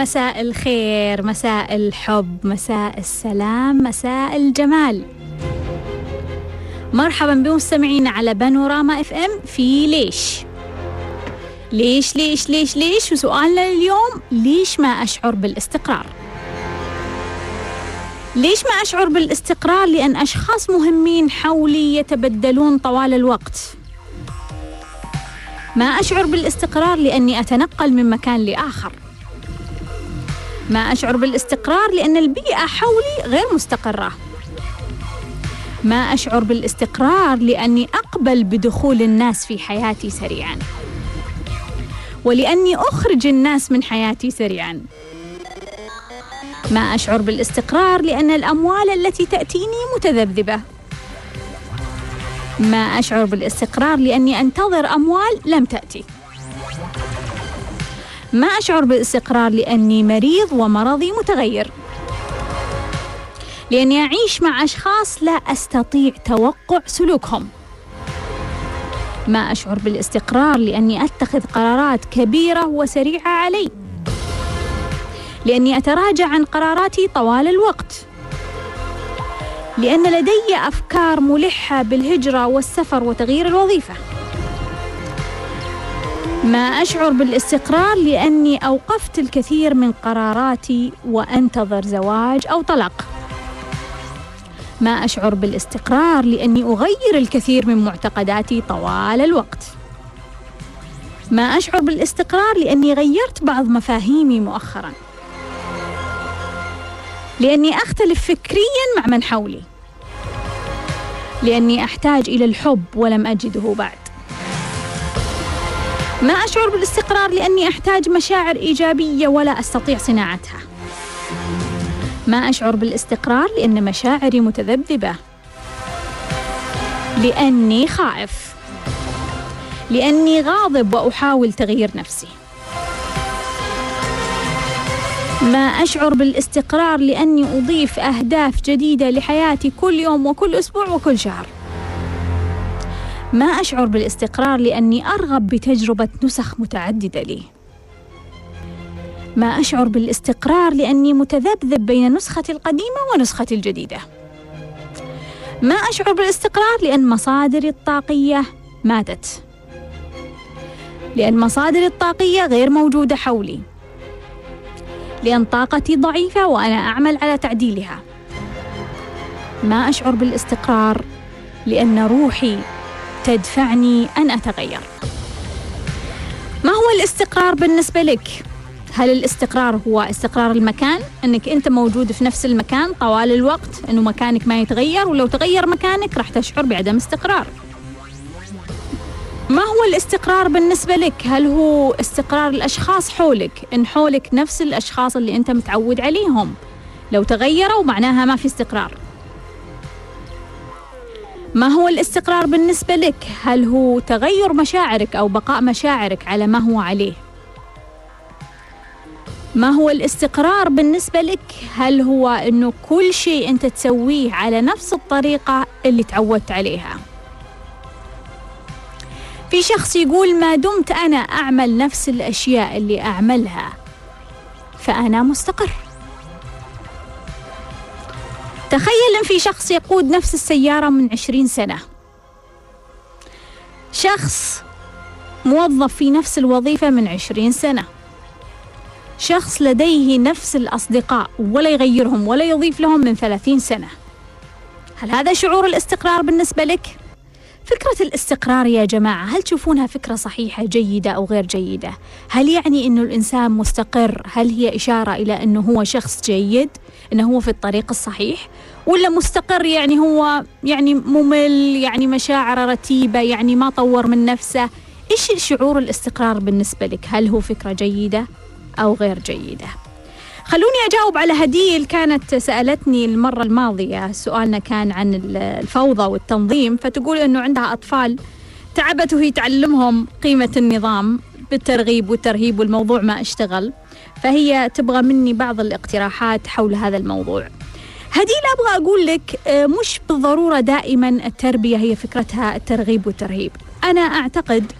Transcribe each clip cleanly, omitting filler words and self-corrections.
مساء الخير، مساء الحب، مساء السلام، مساء الجمال. مرحبا بمستمعين على بانوراما اف ام في ليش وسؤالنا اليوم: ليش ما أشعر بالاستقرار؟ ليش ما أشعر بالاستقرار؟ لأن أشخاص مهمين حولي يتبدلون طوال الوقت. ما أشعر بالاستقرار لأني أتنقل من مكان لآخر. ما أشعر بالاستقرار لأن البيئة حولي غير مستقرة. ما أشعر بالاستقرار لأني أقبل بدخول الناس في حياتي سريعاً، ولأني أخرج الناس من حياتي سريعاً. ما أشعر بالاستقرار لأن الأموال التي تأتيني متذبذبة. ما أشعر بالاستقرار لأني أنتظر أموال لم تأتي. ما أشعر بالاستقرار لأني مريض ومرضي متغير، لأني أعيش مع أشخاص لا أستطيع توقع سلوكهم. ما أشعر بالاستقرار لأني أتخذ قرارات كبيرة وسريعة علي، لأني أتراجع عن قراراتي طوال الوقت، لأن لدي أفكار ملحة بالهجرة والسفر وتغيير الوظيفة. ما أشعر بالاستقرار لأني أوقفت الكثير من قراراتي وأنتظر زواج أو طلاق. ما أشعر بالاستقرار لأني أغير الكثير من معتقداتي طوال الوقت. ما أشعر بالاستقرار لأني غيرت بعض مفاهيمي مؤخراً، لأني أختلف فكرياً مع من حولي، لأني أحتاج إلى الحب ولم أجده بعد. ما أشعر بالاستقرار لأني أحتاج مشاعر إيجابية ولا أستطيع صناعتها. ما أشعر بالاستقرار لأن مشاعري متذبذبة، لأني خائف، لأني غاضب وأحاول تغيير نفسي. ما أشعر بالاستقرار لأني أضيف أهداف جديدة لحياتي كل يوم وكل أسبوع وكل شهر. ما أشعر بالاستقرار لأني أرغب بتجربة نسخ متعددة لي. ما أشعر بالاستقرار لأني متذبذب بين نسختي القديمة ونسختي الجديدة. ما أشعر بالاستقرار لأن مصادري الطاقية ماتت، لأن مصادري الطاقية غير موجودة حولي، لأن طاقتي ضعيفة وأنا أعمل على تعديلها. ما أشعر بالاستقرار لأن روحي تدفعني أن أتغير. ما هو الاستقرار بالنسبة لك؟ هل الاستقرار هو استقرار المكان، أنك أنت موجود في نفس المكان طوال الوقت، أنه مكانك ما يتغير، ولو تغير مكانك راح تشعر بعدم استقرار؟ ما هو الاستقرار بالنسبة لك؟ هل هو استقرار الأشخاص حولك، إن حولك نفس الأشخاص اللي أنت متعود عليهم، لو تغيروا معناها ما في استقرار؟ ما هو الاستقرار بالنسبة لك؟ هل هو تغير مشاعرك أو بقاء مشاعرك على ما هو عليه؟ ما هو الاستقرار بالنسبة لك؟ هل هو إنه كل شيء أنت تسويه على نفس الطريقة اللي تعودت عليها؟ في شخص يقول: ما دمت أنا أعمل نفس الأشياء اللي أعملها فأنا مستقر. تخيل إن في شخص يقود نفس السيارة من 20 سنة، شخص موظف في نفس الوظيفة من 20 سنة، شخص لديه نفس الأصدقاء ولا يغيرهم ولا يضيف لهم من 30 سنة. هل هذا شعور الاستقرار بالنسبة لك؟ فكرة الاستقرار يا جماعة، هل تشوفونها فكرة صحيحة جيدة أو غير جيدة؟ هل يعني أنه الإنسان مستقر؟ هل هي إشارة إلى أنه هو شخص جيد، أنه هو في الطريق الصحيح؟ ولا مستقر يعني هو يعني ممل، يعني مشاعر رتيبة، يعني ما طور من نفسه؟ إيش شعور الاستقرار بالنسبة لك؟ هل هو فكرة جيدة أو غير جيدة؟ خلوني أجاوب على هديل كانت سألتني المرة الماضية. سؤالنا كان عن الفوضى والتنظيم، فتقول أنه عندها أطفال تعبت وهي تعلمهم قيمة النظام بالترغيب والترهيب، والموضوع ما اشتغل، فهي تبغى مني بعض الاقتراحات حول هذا الموضوع. هديل أبغى أقول لك مش بالضرورة دائما التربية هي فكرتها الترغيب والترهيب. أنا أعتقد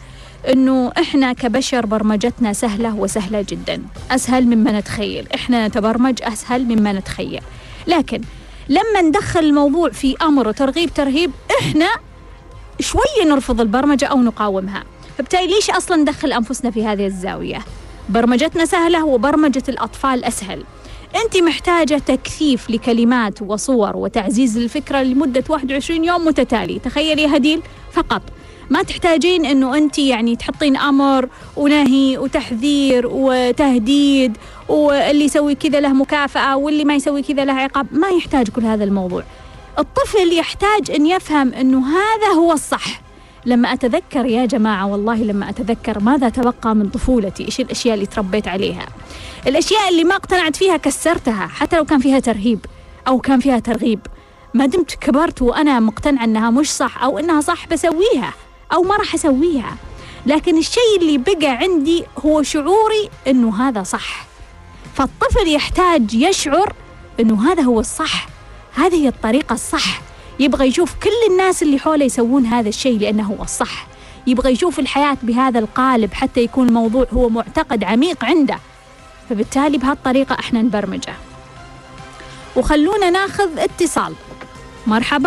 إنه إحنا كبشر برمجتنا سهلة وسهلة جدا، أسهل مما نتخيل، إحنا نتبرمج أسهل مما نتخيل. لكن لما ندخل الموضوع في أمر وترغيب ترهيب إحنا شوية نرفض البرمجة أو نقاومها. فبالتالي ليش أصلا ندخل أنفسنا في هذه الزاوية؟ برمجتنا سهلة وبرمجة الأطفال أسهل. أنت محتاجة تكثيف لكلمات وصور وتعزيز الفكرة لمدة 21 يوم متتالي. تخيلي يا هديل فقط، ما تحتاجين أنه أنت يعني تحطين أمر ونهي وتحذير وتهديد، واللي يسوي كذا له مكافأة واللي ما يسوي كذا له عقاب. ما يحتاج كل هذا الموضوع. الطفل يحتاج أن يفهم أنه هذا هو الصح. لما أتذكر يا جماعة، والله لما أتذكر ماذا تبقى من طفولتي، إيش الأشياء اللي تربيت عليها، الأشياء اللي ما اقتنعت فيها كسرتها، حتى لو كان فيها ترهيب أو كان فيها ترغيب. ما دمت كبرت وأنا مقتنعة أنها مش صح أو أنها صح بسويها أو ما راح أسويها. لكن الشيء اللي بقى عندي هو شعوري أنه هذا صح. فالطفل يحتاج يشعر أنه هذا هو الصح، هذه هي الطريقة الصح. يبغى يشوف كل الناس اللي حوله يسوون هذا الشيء لأنه هو الصح. يبغى يشوف الحياة بهذا القالب حتى يكون الموضوع هو معتقد عميق عنده. فبالتالي بهالطريقة احنا نبرمجه. وخلونا ناخذ اتصال. مرحبا.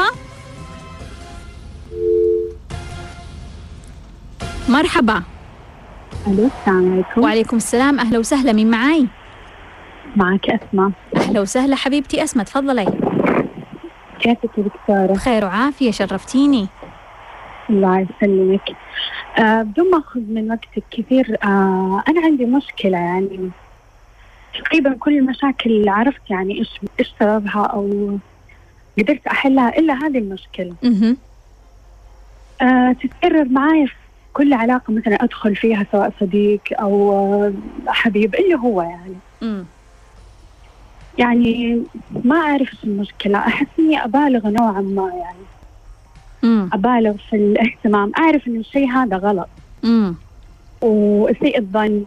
مرحبا. الو، السلام عليكم. وعليكم السلام، اهلا وسهلا. مين معاي؟ معك أسماء. اهلا وسهلا حبيبتي أسماء، تفضلي. كيفك يا دكتورة؟ بخير وعافية، شرفتيني. الله يسلمك. بدون ما أخذ من وقتك كثير، أنا عندي مشكلة، يعني تقريبا كل المشاكل اللي عرفت يعني إيش سببها أو قدرت أحلها إلا هذه المشكلة. تتكرر معايا في كل علاقة مثلا أدخل فيها، سواء صديق أو حبيب اللي هو يعني ما أعرف إيش المشكلة. أحس إني أبالغ نوعا ما، يعني أبالغ في الاهتمام. أعرف إن الشيء هذا غلط وأسيء الظن.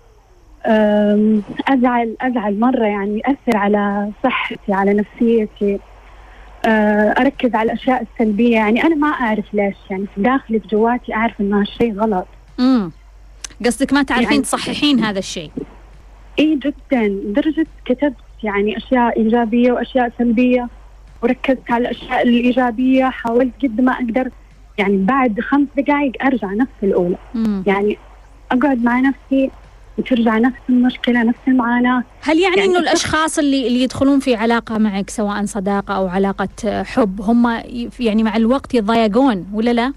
أزعل مرة، يعني يأثر على صحتي، على نفسيتي. أركز على الأشياء السلبية، يعني أنا ما أعرف ليش، يعني في داخلي في جواتي أعرف إن هالشيء غلط. قصدك ما تعرفين يعني تصححين هذا الشيء؟ إيه جدا، لدرجة كتبت يعني أشياء إيجابية وأشياء سلبية، وركزت على الأشياء الإيجابية. حاولت قد ما أقدر، يعني بعد 5 دقائق أرجع نفس الأولى. يعني أقعد مع نفسي وترجع نفس المشكلة، نفس المعاناة. هل يعني إنه الأشخاص اللي يدخلون في علاقة معك، سواء صداقة أو علاقة حب، هم يعني مع الوقت يتضايقون ولا لا؟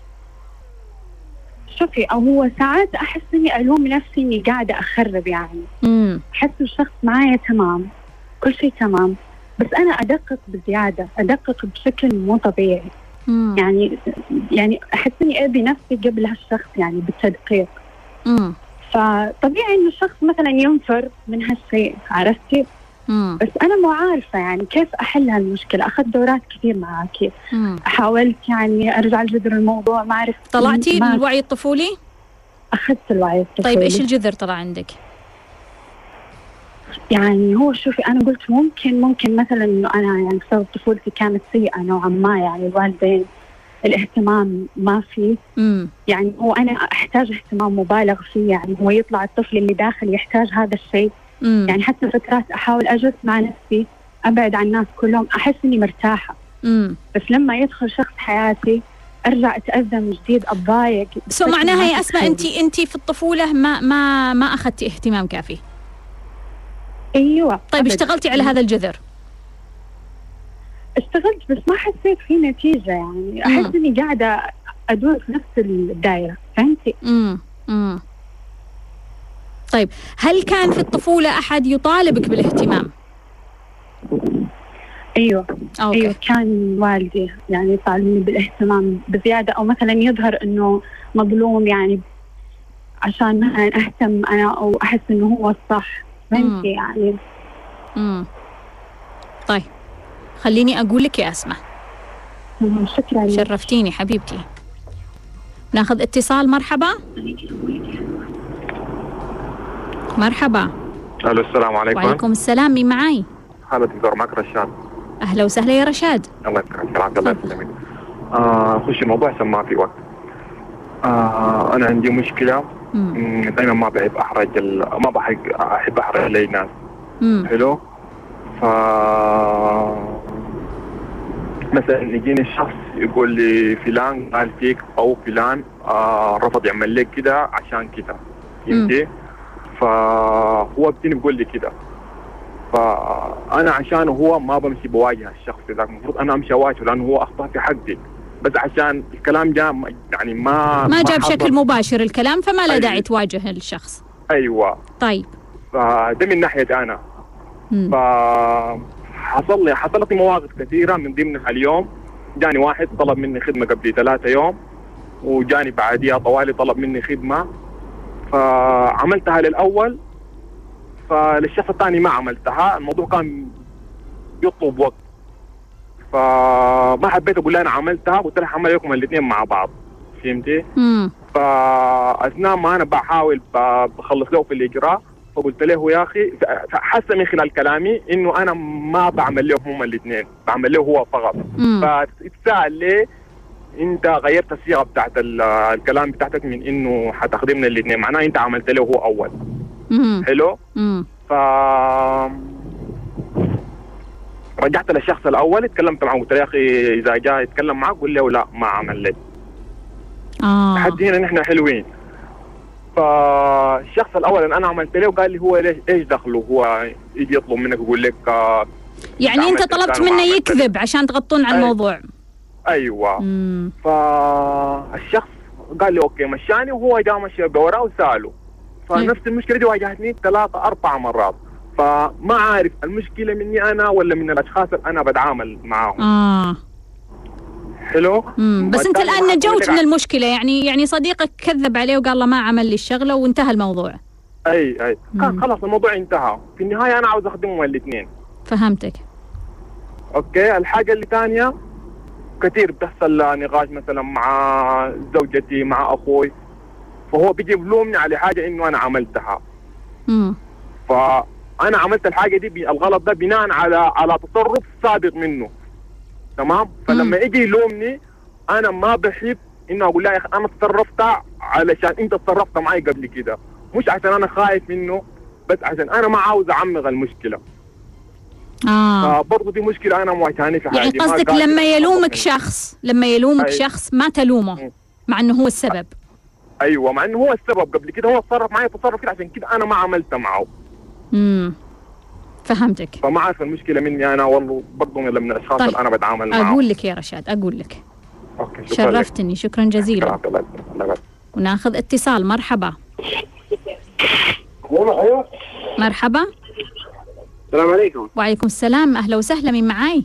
شوفي، أو هو ساعات أحس إني ألوم نفسي إني قاعدة أخرب، يعني أحس الشخص معايا تمام، كل شيء تمام، بس أنا أدقق بزيادة، أدقق بشكل مو طبيعي. يعني أحس إني أبي نفسي قبل هالشخص، يعني بالتدقيق. فطبيعي إنه الشخص مثلا ينفر من هالشيء، عرفتي؟ بس أنا مو عارفة يعني كيف أحل هالمشكلة. أخذت دورات كثير معاكي، حاولت يعني أرجع لجذر الموضوع، ما عرفت. طلعتي الوعي الطفولي؟ أخذت الوعي الطفولي. طيب إيش الجذر طلع عندك؟ يعني هو شوفي، أنا قلت ممكن مثلا إنه أنا يعني بسبب طفولتي كانت سيئة نوعا ما، يعني الوالدين الاهتمام ما فيه. يعني هو أنا أحتاج اهتمام مبالغ فيه، يعني هو يطلع الطفل اللي داخل يحتاج هذا الشيء. يعني حتى فترات أحاول أجلس مع نفسي، أبعد عن الناس كلهم، أحس إني مرتاحة. بس لما يدخل شخص حياتي أرجع أتأذى من جديد، أتضايق. معناها يا أسماء أنت في الطفولة ما أخذتي اهتمام كافي. أيوة. طيب اشتغلتي على هذا الجذر؟ اشتغلت بس ما حسيت في نتيجة، يعني أحس إني قاعدة أدور في نفس الدائرة، فهمتي؟ طيب هل كان في الطفولة أحد يطالبك بالاهتمام؟ أيوة. أيوة، كان والدي يعني يطالبني بالاهتمام بزيادة، أو مثلا يظهر إنه مظلوم، يعني عشان مثلا أهتم أنا أو أحس إنه هو الصح، فهمتي يعني. طيب خليني أقول لك يا أسماء، شكرا، شرفتيني حبيبتي. ناخذ اتصال. مرحبا. مرحبا. الو، السلام عليكم. وعليكم السلام. مين معاي؟ هلا دكتور، معك رشاد. اهلا وسهلا يا رشاد. الله يسلمك، العافيه، الله يسلمك. خش الموضوع عشان ما في وقت. أنا عندي مشكلة. دائما ما بحب أحرج أحب أحرج أي ناس. حلو. مثلا يجيني الشخص يقول لي فلان قال فيك أو فلان رفض يعمل لك كده عشان كده، فهمتي؟ فهو بتيجي بيقول لي كده، فأنا عشان هو ما بمشي بواجه الشخص ده، المفروض أنا أمشي أواجهه لأنه هو أخطأ في حقي، بس عشان الكلام جاء يعني ما جاء بشكل مباشر الكلام، فما له أيوة. داعي تواجه الشخص. أيوة. طيب. فده من ناحية أنا. حصلت مواقف كثيرة، من ضمنها اليوم جاني واحد طلب مني خدمة قبل 3 يوم، وجاني بعديها طوالي طلب مني خدمة، فعملتها للأول، فللشخص الثاني ما عملتها. الموضوع كان يطلب وقت، فما حبيت أقول له أنا عملتها، قلت له حعمل لكم الاثنين مع بعض، فهمتي؟ فأثناء ما أنا بحاول بخلص له في الإجراء، فقلت له يا أخي، حس من خلال كلامي إنه أنا ما بعمل لهم هم الاثنين، بعمل له هو فقط. فاتساءل ليه أنت غيرت الصيغة بتاعت الكلام بتاعتك من إنه حتخدمنا الاثنين، معناه أنت عملت له هو أول. حلو. رجعت للشخص الأول، اتكلمت معه، قلت له يا أخي إذا جاء يتكلم معك قل له لا ما عمل لك. لحد هنا نحن حلوين. فالشخص الأول اللي أنا عملت له قال لي هو ليش إيش دخله هو يجي يطلب منك يقول لك يعني أنت طلبت منه يكذب عشان تغطون على الموضوع. أيوة. فالشخص قال لي أوكي مشاني، وهو جاء مشي بوراه وسأله. فنفس المشكلة دي واجهتني 3-4 مرات، فما عارف المشكلة مني أنا ولا من الأشخاص اللي أنا بتعامل معاهم. حلو. بس أنت الآن نجوت من المشكلة، يعني صديقك كذب عليه وقال له ما عمل لي الشغلة وانتهى الموضوع. أي كان خلاص الموضوع انتهى. في النهاية أنا عاوز أخدمهم الاثنين. فهمتك. أوكي. الحاجة اللي ثانية كثير بتحصل نقاش مثلا مع زوجتي مع أخوي، فهو بيجي يلومني على حاجة إنه أنا عملتها. فأنا عملت الحاجة دي الغلط ده بناء على تصرف سابق منه، تمام؟ فلما يجي يلومني أنا ما بحب إنه أقول له يا أخي أنا تصرفت علشان أنت تصرفت معي قبل كده، مش عشان أنا خايف منه، بس عشان أنا ما عاوز أعمق المشكلة. فبرضه دي مشكلة أنا مواجهاني في حياتي. يعني قصدك لما يلومك شخص ما تلومه مع إنه هو السبب. أيوة، مع إنه هو السبب، قبل كده هو تصرف معي تصرف كده عشان كده أنا ما عملته معه. فهمتك. فما عارف المشكلة مني أنا، والله برضه من الأشخاص اللي أنا بتعامل معهم. أقول لك يا رشاد، أقول لك. أوكي. شرفتني، شكرا جزيلا. وناخذ اتصال. مرحبا. مرحبا. السلام عليكم. وعليكم السلام، أهلا وسهلا، من معاي؟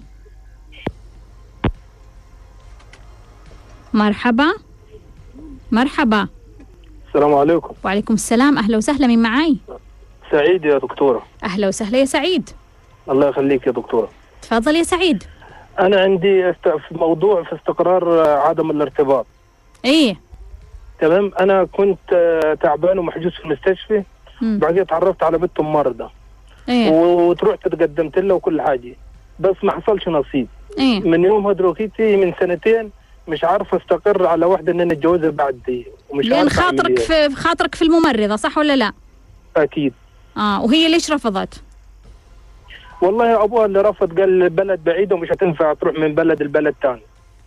مرحبا. مرحبا. السلام عليكم. وعليكم السلام، أهلا وسهلا، من معاي؟ سعيد يا دكتورة. أهلا وسهلا يا سعيد. الله يخليك يا دكتورة. تفضل يا سعيد. أنا عندي موضوع في استقرار عدم الارتباط. إيه. تمام. أنا كنت تعبان ومحجوز في المستشفى، بعدين تعرفت على بنت مرضى. إيه. وتروح تقدمت لها وكل حاجة، بس ما حصلش نصيب. إيه. من يوم هدروكيتي من 2 مش عارف استقر على واحدة ان انا اتجوزها بعد دي، ومش لأن خاطرك في الممرضة، صح ولا لا؟ اكيد. وهي ليش رفضت؟ والله ابوها اللي رفض، قال بلد بعيدة ومش هتنفع تروح من بلد لبلد ثاني.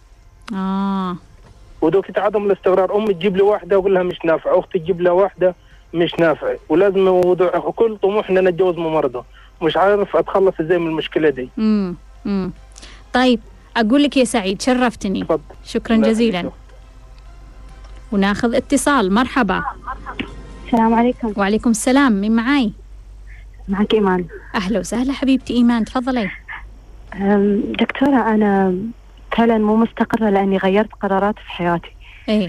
ودوكت عدم الاستقرار، امي تجيب لي واحدة واقول لها مش نافعة، اختي تجيب لها واحدة مش نافعة، ولازم موضوع كل طموح ان انا اتجوز ممرضة، مش عارف اتخلص ازاي من المشكلة دي. طيب أقول لك يا سعيد، شرفتني. تفضل. شكرا جزيلا. وناخذ اتصال. مرحبا. السلام عليكم. وعليكم السلام، من معاي؟ معك إيمان. أهلا وسهلا حبيبتي إيمان، تفضلي. دكتورة، أنا فعلا مو مستقرة لأني غيرت قرارات في حياتي. إيه.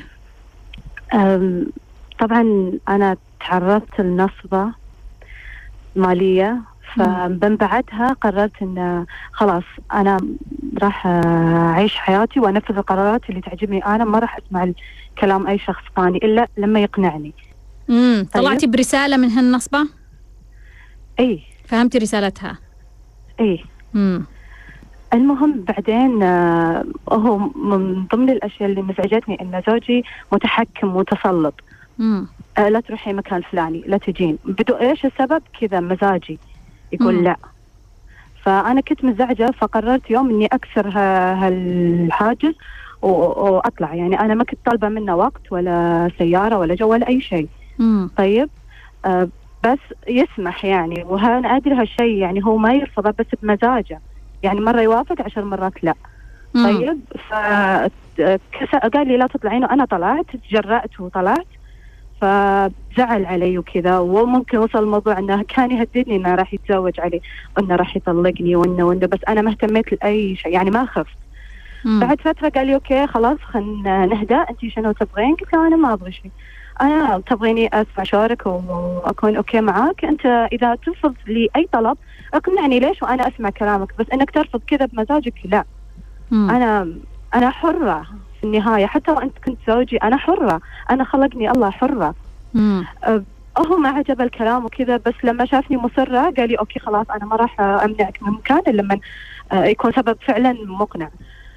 طبعا أنا تعرضت لنصبة مالية، فمن بعدها قررت ان خلاص انا راح اعيش حياتي وانفذ القرارات اللي تعجبني انا، ما راح اسمع كلام اي شخص ثاني الا لما يقنعني. طلعتي برسالة من هالنصبة؟ اي. فهمتي رسالتها؟ اي. المهم بعدين هو من ضمن الأشياء اللي مزعجتني إن زوجي متحكم متسلط. لا تروحي مكان فلاني، لا تجين، بدو إيش السبب؟ كذا مزاجي يقول لا. فأنا كنت مزعجة، فقررت يوم إني أكسر هالحاجز وأطلع. يعني أنا ما كنت طالبة منه وقت ولا سيارة ولا جو ولا أي شيء. طيب بس يسمح يعني، وأنا أدري هالشيء يعني هو ما يرفضه بس بمزاجه، يعني مرة يوافق 10 مرات لا. طيب قال لي لا تطلعين، وأنا طلعت، تجرأت وطلعت. فزعل علي وكذا، وممكن وصل الموضوع انه كان يهددني انه راح يتزوج علي وانه راح يطلقني وانه بس انا ما اهتميت لاي شيء، يعني ما خفت. بعد فتره قال لي اوكي خلاص خلينا نهدى، انت شنو تبغين؟ قلت له انا ما ابغى شيء، انا تبغيني اسمع شعورك واكون اوكي معاك، انت اذا ترفض لي اي طلب اقنعني ليش وانا اسمع كلامك، بس انك ترفض كذا بمزاجك لا. انا حره في النهاية، حتى وأنت كنت زوجي أنا حرة، أنا خلقني الله حرة. هو ما عجب الكلام وكذا، بس لما شافني مصرة قال لي أوكي خلاص أنا ما راح أمنعك من مكان إلا لما يكون سبب فعلا مقنع.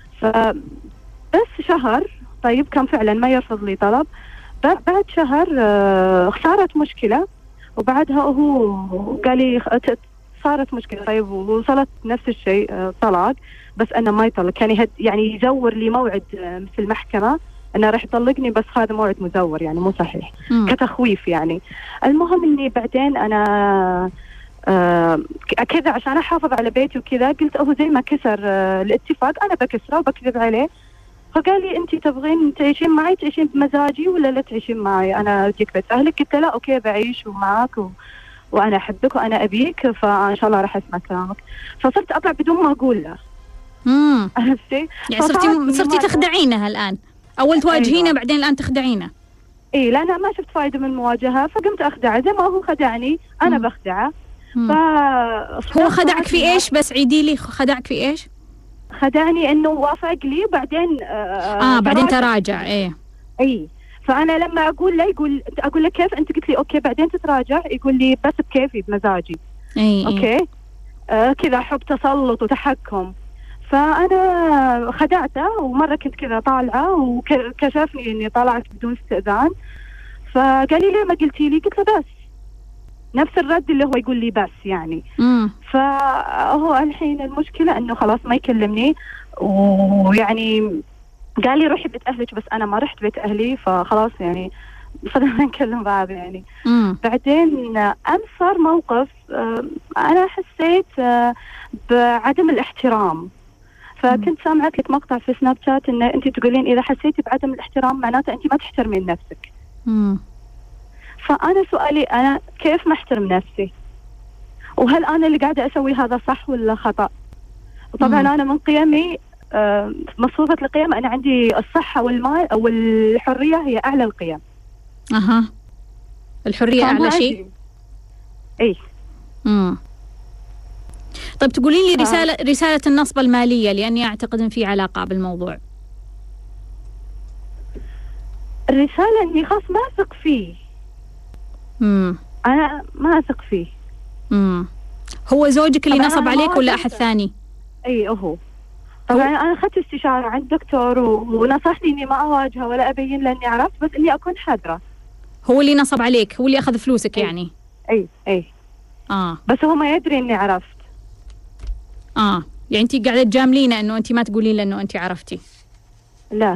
فبس شهر طيب كان فعلا ما يرفض لي طلب. بعد شهر صارت مشكلة، وبعدها هو قال لي صارت مشكلة. طيب وصلت نفس الشيء طلاق، بس أنا ما يطلق، كان يعني يزور لي موعد في المحكمة أنا راح يطلقني، بس هذا موعد مزور يعني مو صحيح، كتخويف يعني. المهم إني بعدين أنا كذا عشان أحافظ على بيتي وكذا قلت هو زي ما كسر الاتفاق أنا بكسره وبكذب عليه. فقال لي أنت تبغين تعيشين معي تعيشين بمزاجي ولا لا تعيشين معي؟ أنا أجيك بيت أهلك. قلت لا أوكي بعيش ومعك وأنا أحبك وأنا أبيك، فإن شاء الله راح أسمع كلامك. فصرت أطلع بدون ما أقول له. عرفتي؟ يعني صرتي تخدعينه الآن، أول تواجهينه أيوة. بعدين الآن تخدعينه. إيه لا أنا ما شفت فايدة من المواجهة، فقمت أخدعه زي ما هو خدعني أنا بخدعه. هو خدعك في إيش؟ بس عيدي لي، خدعك في إيش؟ خدعني إنه وافق لي وبعدين بعدين تراجع. إيه فأنا لما أقول له أقول له كيف أنت قلت لي أوكي بعدين تتراجع، يقول لي بس بكيفي بمزاجي. أوكي كذا حب تسلط وتحكم. فأنا خدعته، ومرة كنت كذا طالعة وكشفني إني طلعت بدون استئذان، فقال لي ليه ما قلتي لي؟ قلت له بس نفس الرد اللي هو يقول لي بس يعني. فهو الحين المشكلة إنه خلاص ما يكلمني، ويعني قال لي روحي بيت أهلك، بس أنا ما رحت بيت أهلي، فخلاص يعني صرنا نكلم بعض يعني. بعدين أمس صار موقف أنا حسيت بعدم الاحترام، فكنت سامعت لك مقطع في سناب شات إن أنت تقولين إذا حسيتي بعدم الاحترام معناته أنت ما تحترمين نفسك. فأنا سؤالي أنا كيف ما أحترم نفسي؟ وهل أنا اللي قاعدة أسوي هذا صح ولا خطأ؟ وطبعا أنا من قيمي مصفوفة القيم، أنا عندي الصحة والمال أو الحرية هي أعلى القيم. الحرية أعلى شيء؟ إيه. طيب تقولين لي رسالة النصب المالية، لأني أعتقد أن في علاقة بالموضوع. الرسالة إني خلاص ما أثق فيه. أنا ما أثق فيه. هو زوجك اللي نصب عليك ولا أحد ثاني؟ إيه هو. طبعا أنا أخذت استشارة عند دكتور ونصحني إني ما أواجهه ولا أبين لأني عرفت، بس إني أكون حذرة. هو اللي نصب عليك، هو اللي أخذ فلوسك يعني؟ إيه. بس هو ما يدري إني عرفت. يعني أنت قاعدة تجاملينه إنه أنت ما تقولين له إنه أنت عرفتي؟ لا.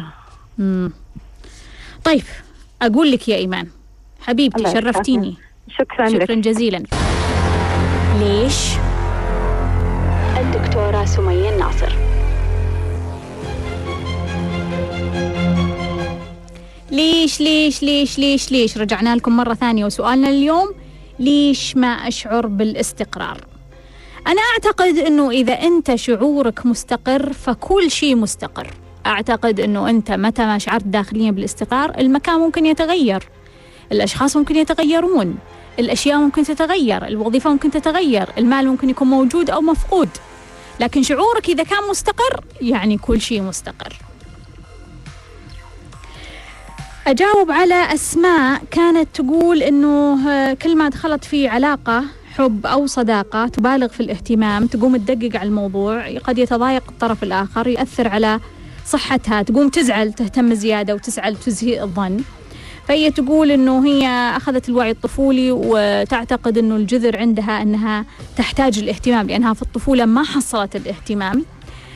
طيب أقول لك يا إيمان حبيبتي شرفتيني. شكرا جزيلا. ليش؟ الدكتورة سمية الناصر. ليش ليش ليش ليش ليش رجعنا لكم مرة ثانية، وسؤالنا اليوم ليش ما أشعر بالاستقرار؟ أنا أعتقد أنه إذا أنت شعورك مستقر فكل شيء مستقر. أعتقد أنه أنت متى ما شعرت داخليا بالاستقرار المكان ممكن يتغير، الأشخاص ممكن يتغيرون، الأشياء ممكن تتغير، الوظيفة ممكن تتغير، المال ممكن يكون موجود أو مفقود، لكن شعورك إذا كان مستقر يعني كل شيء مستقر. أجاوب على أسماء كانت تقول إنه كل ما دخلت في علاقة حب أو صداقة تبالغ في الاهتمام، تقوم تدقق على الموضوع، قد يتضايق الطرف الآخر، يأثر على صحتها، تقوم تزعل، تهتم زيادة وتزعل، تزهي الظن. فهي تقول إنه هي أخذت الوعي الطفولي وتعتقد إنه الجذر عندها أنها تحتاج الاهتمام لأنها في الطفولة ما حصلت الاهتمام.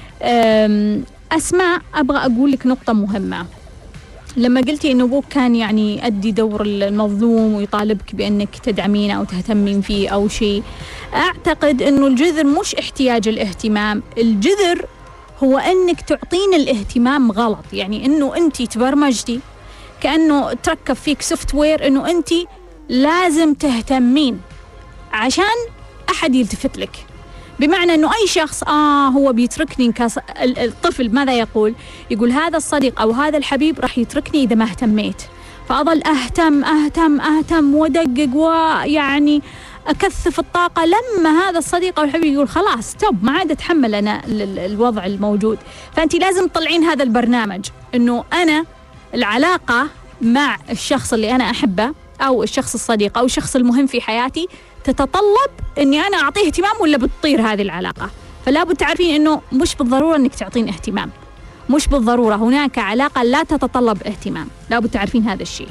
أسماء، أبغى أقول لك نقطة مهمة. لما قلتي إنه أبوك كان يعني يؤدي دور المظلوم ويطالبك بأنك تدعمينه أو تهتمين فيه أو شيء، أعتقد إنه الجذر مش احتياج الاهتمام، الجذر هو أنك تعطين الاهتمام غلط. يعني إنه أنت تبرمجتي كأنه تركب فيك سوفت وير إنه أنت لازم تهتمين عشان أحد يلتفت لك، بمعنى إنه أي شخص هو بيتركني. الطفل ماذا يقول؟ يقول هذا الصديق أو هذا الحبيب راح يتركني إذا ما اهتميت، فأظل أهتم أهتم أهتم ودقق ويعني أكثف الطاقة، لما هذا الصديق أو الحبيب يقول خلاص توب ما عاد أتحمل أنا الوضع الموجود. فأنت لازم تطلعين هذا البرنامج إنه أنا العلاقة مع الشخص اللي أنا أحبه أو الشخص الصديق أو الشخص المهم في حياتي تتطلب أني أنا أعطيه اهتمام ولا بتطير هذه العلاقة. فلا بد تعرفين أنه مش بالضرورة أنك تعطين اهتمام، مش بالضرورة، هناك علاقة لا تتطلب اهتمام، لا بد تعرفين هذا الشيء.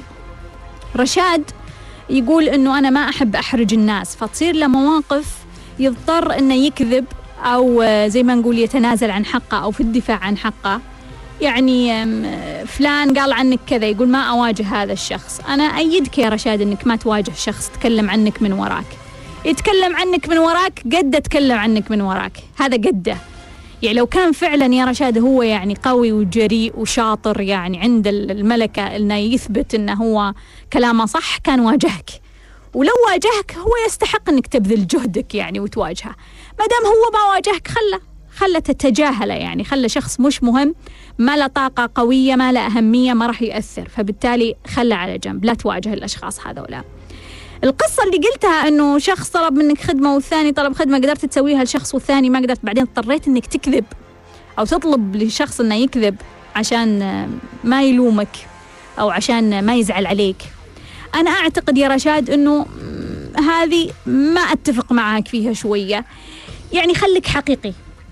رشاد يقول أنه أنا ما أحب أحرج الناس، فتصير له مواقف يضطر أنه يكذب أو زي ما نقول يتنازل عن حقه أو في الدفاع عن حقه. يعني فلان قال عنك كذا، يقول ما أواجه هذا الشخص. أنا أيدك يا رشاد أنك ما تواجه شخص تكلم عنك من وراك، يتكلم عنك من وراك قد تكلم عنك من وراك، هذا قده. يعني لو كان فعلا يا رشاد هو يعني قوي وجريء وشاطر، يعني عند الملكة إنه يثبت إنه هو كلامه صح، كان واجهك. ولو واجهك هو يستحق إنك تبذل جهدك يعني وتواجهه. ما دام هو ما واجهك خلى تتجاهله، يعني خلى شخص مش مهم، ما له طاقة قوية، ما له أهمية، ما راح يأثر، فبالتالي خلى على جنب، لا تواجه الأشخاص هذولا. القصة اللي قلتها إنه شخص طلب منك خدمة والثاني طلب خدمة قدرت تسويها لشخص والثاني ما قدرت، بعدين اضطريت إنك تكذب أو تطلب لشخص إنه يكذب عشان ما يلومك أو عشان ما يزعل عليك. أنا أعتقد يا رشاد إنه هذه ما أتفق معك فيها شوية. يعني خليك حقيقي،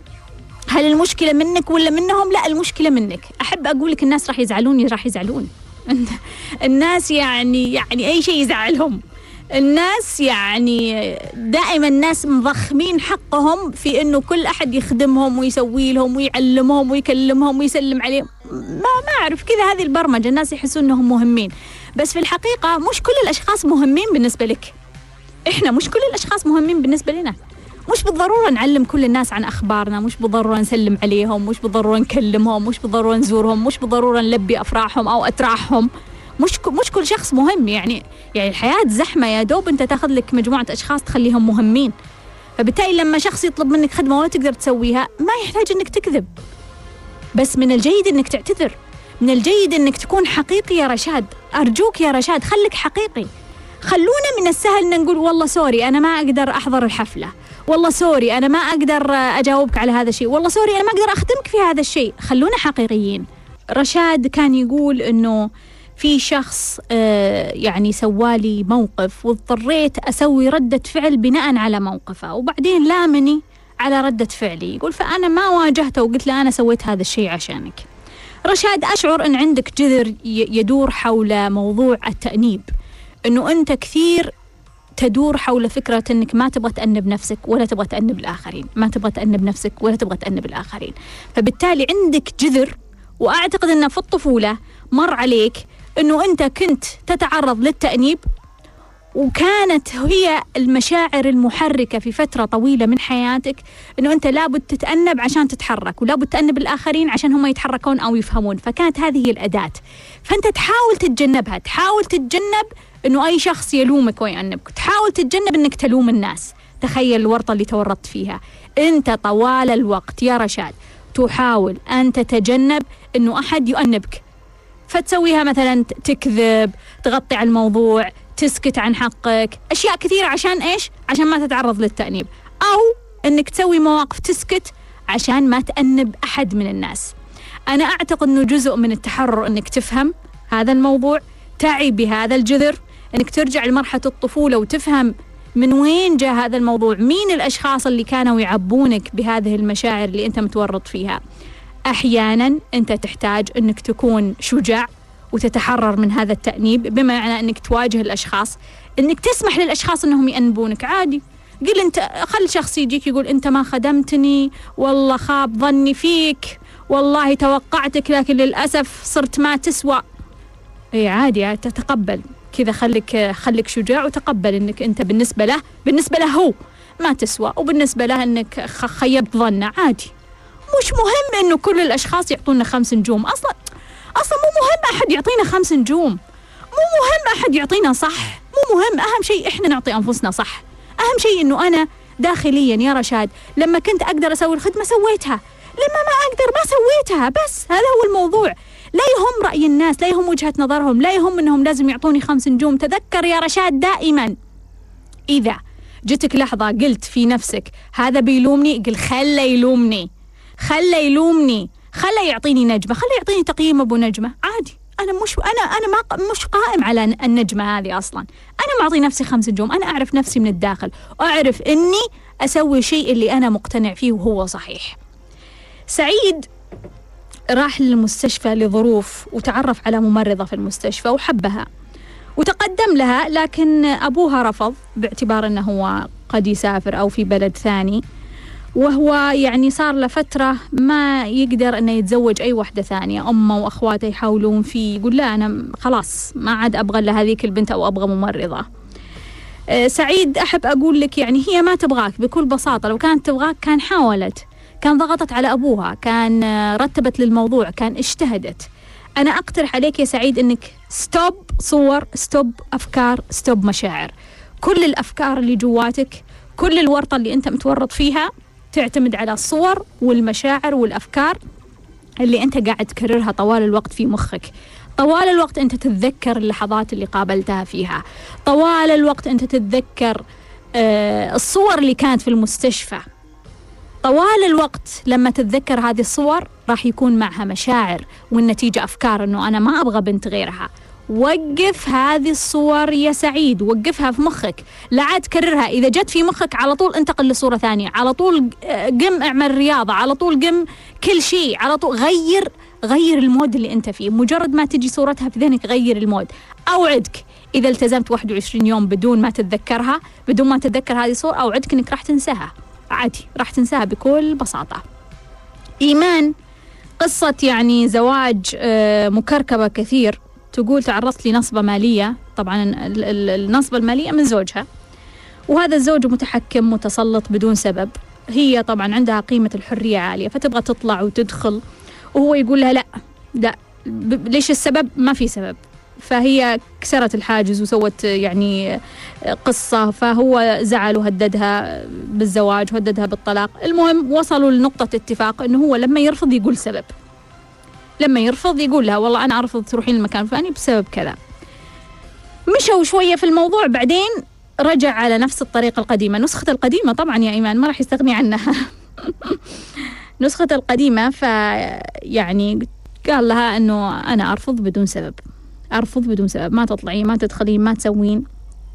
هل المشكلة منك ولا منهم؟ لا، المشكلة منك. أحب أقول لك الناس راح يزعلون، راح يزعلون الناس يعني أي شيء يزعلهم. الناس يعني دائما الناس مضخمين حقهم في إنه كل أحد يخدمهم ويسوي لهم ويعلمهم ويكلمهم ويسلم عليهم. ما أعرف كذا، هذه البرمجة، الناس يحسون إنهم مهمين، بس في الحقيقة مش كل الأشخاص مهمين بالنسبة لك. إحنا مش كل الأشخاص مهمين بالنسبة لنا. مش بالضرورة نعلم كل الناس عن أخبارنا، مش بالضرورة نسلم عليهم، مش بالضرورة نكلمهم، مش بالضرورة نزورهم، مش بالضرورة نلبي أفراحهم أو أتراحهم. مش كل شخص مهم. يعني الحياة زحمة، يا دوب أنت تاخذ لك مجموعة أشخاص تخليهم مهمين. فبالتالي لما شخص يطلب منك خدمة ولا تقدر تسويها ما يحتاج أنك تكذب، بس من الجيد أنك تعتذر، من الجيد أنك تكون حقيقي يا رشاد. أرجوك يا رشاد خليك حقيقي. خلونا من السهل أن نقول والله سوري أنا ما أقدر أحضر الحفلة، والله سوري أنا ما أقدر أجاوبك على هذا الشيء، والله سوري أنا ما أقدر أخدمك في هذا الشيء. خلونا حقيقيين. رشاد كان يقول إنه في شخص يعني سوالي موقف واضطريت أسوي ردة فعل بناء على موقفه، وبعدين لامني على ردة فعلي. يقول فأنا ما واجهته وقلت له أنا سويت هذا الشيء عشانك. رشاد، أشعر أن عندك جذر يدور حول موضوع التأنيب، أنه أنت كثير تدور حول فكرة أنك ما تبغى تأنب نفسك ولا تبغى تأنب الآخرين، ما تبغى تأنب نفسك ولا تبغى تأنب الآخرين. فبالتالي عندك جذر، وأعتقد أنه في الطفولة مر عليك أنه أنت كنت تتعرض للتأنيب، وكانت هي المشاعر المحركة في فترة طويلة من حياتك، أنه أنت لابد تتأنب عشان تتحرك، ولابد تأنب الآخرين عشان هم يتحركون أو يفهمون. فكانت هذه هي الأداة، فأنت تحاول تتجنبها، تحاول تتجنب أنه أي شخص يلومك ويأنبك، تحاول تتجنب أنك تلوم الناس. تخيل الورطة اللي تورطت فيها أنت طوال الوقت يا رشاد، تحاول أن تتجنب أنه أحد يؤنبك، فتسويها مثلا تكذب، تغطي على الموضوع، تسكت عن حقك، أشياء كثيرة. عشان إيش؟ عشان ما تتعرض للتأنيب، أو أنك تسوي مواقف تسكت عشان ما تأنب أحد من الناس. أنا أعتقد أنه جزء من التحرر أنك تفهم هذا الموضوع، تعي بهذا الجذر، أنك ترجع لمرحلة الطفولة وتفهم من وين جاء هذا الموضوع؟ مين الأشخاص اللي كانوا يعبونك بهذه المشاعر اللي أنت متورط فيها؟ أحيانا أنت تحتاج أنك تكون شجاع وتتحرر من هذا التأنيب، بمعنى أنك تواجه الأشخاص، أنك تسمح للأشخاص أنهم يأنبونك عادي. قل أنت، خل شخص يجيك يقول أنت ما خدمتني، والله خاب ظني فيك، والله توقعتك لكن للأسف صرت ما تسوى. إيه عادي، تتقبل كذا، خليك شجاع وتقبل أنك أنت بالنسبة له هو ما تسوى، وبالنسبة له أنك خيبت ظنه عادي. مش مهم أنه كل الأشخاص يعطونا 5 نجوم، أصلا مو مهم أحد يعطينا 5 نجوم، مو مهم أحد يعطينا صح، مو مهم. أهم شيء إحنا نعطي أنفسنا صح. أهم شيء أنه أنا داخليا يا رشاد لما كنت أقدر أسوي الخدمة سويتها، لما ما أقدر ما سويتها، بس هذا هو الموضوع. لا يهم رأي الناس، لا يهم وجهة نظرهم، لا يهم أنهم لازم يعطوني 5 نجوم. تذكر يا رشاد دائما، إذا جتك لحظة قلت في نفسك هذا بيلومني، قل خله يلومني، خله يعطيني نجمة، خله يعطيني تقييم أبو نجمة عادي. أنا مش قائم على النجمة هذه أصلا. أنا معطي نفسي 5 نجوم. أنا أعرف نفسي من الداخل، وأعرف إني أسوي شيء اللي أنا مقتنع فيه وهو صحيح. سعيد راح للمستشفى لظروف، وتعرف على ممرضة في المستشفى وحبها وتقدم لها، لكن أبوها رفض باعتبار أنه هو قد يسافر أو في بلد ثاني، وهو يعني صار له فترة ما يقدر أنه يتزوج أي واحدة ثانية. أمه وأخواته يحاولون فيه، يقول لا أنا خلاص ما عاد أبغى لهذيك البنت أو أبغى ممرضة. سعيد أحب أقول لك يعني هي ما تبغاك بكل بساطة. لو كانت تبغاك كان حاولت، كان ضغطت على أبوها، كان رتبت للموضوع، كان اجتهدت. أنا أقترح عليك يا سعيد أنك ستوب صور، ستوب أفكار، ستوب مشاعر. كل الأفكار اللي جواتك، كل الورطة اللي أنت متورط فيها تعتمد على الصور والمشاعر والأفكار اللي أنت قاعد تكررها طوال الوقت في مخك. طوال الوقت أنت تتذكر اللحظات اللي قابلتها فيها، طوال الوقت أنت تتذكر الصور اللي كانت في المستشفى. طوال الوقت لما تتذكر هذه الصور راح يكون معها مشاعر، والنتيجة أفكار أنه أنا ما أبغى بنت غيرها. وقف هذه الصور يا سعيد، وقفها في مخك، لا عاد تكررها. إذا جت في مخك على طول انتقل لصورة ثانية، على طول قم اعمل رياضة، على طول قم كل شيء، على طول غير المود اللي انت فيه. مجرد ما تجي صورتها في ذهنك غير المود. أوعدك إذا التزمت 21 يوم بدون ما تتذكرها، بدون ما تتذكر هذه الصورة، أوعدك إنك راح تنساها عادي، راح تنساها بكل بساطة. إيمان قصة يعني زواج مكركبة كثير، تقول تعرضت لنصبة مالية. طبعا النصبة المالية من زوجها، وهذا الزوج متحكم متسلط بدون سبب. هي طبعا عندها قيمة الحرية عالية، فتبغى تطلع وتدخل، وهو يقول لها لا ليش السبب؟ ما في سبب. فهي كسرت الحاجز وسوت يعني قصة، فهو زعل وهددها بالزواج وهددها بالطلاق. المهم وصلوا لنقطة اتفاق انه هو لما يرفض يقول سبب، لما يرفض يقول لها والله أنا أرفض تروحين المكان الفلاني بسبب كذا. مشوا شوية في الموضوع، بعدين رجع على نفس الطريقة القديمة، نسخة القديمة طبعا يا إيمان ما راح يستغني عنها. نسخة القديمة. فيعني قال لها أنه أنا أرفض بدون سبب، ما تطلعين، ما تدخلين، ما تسوين.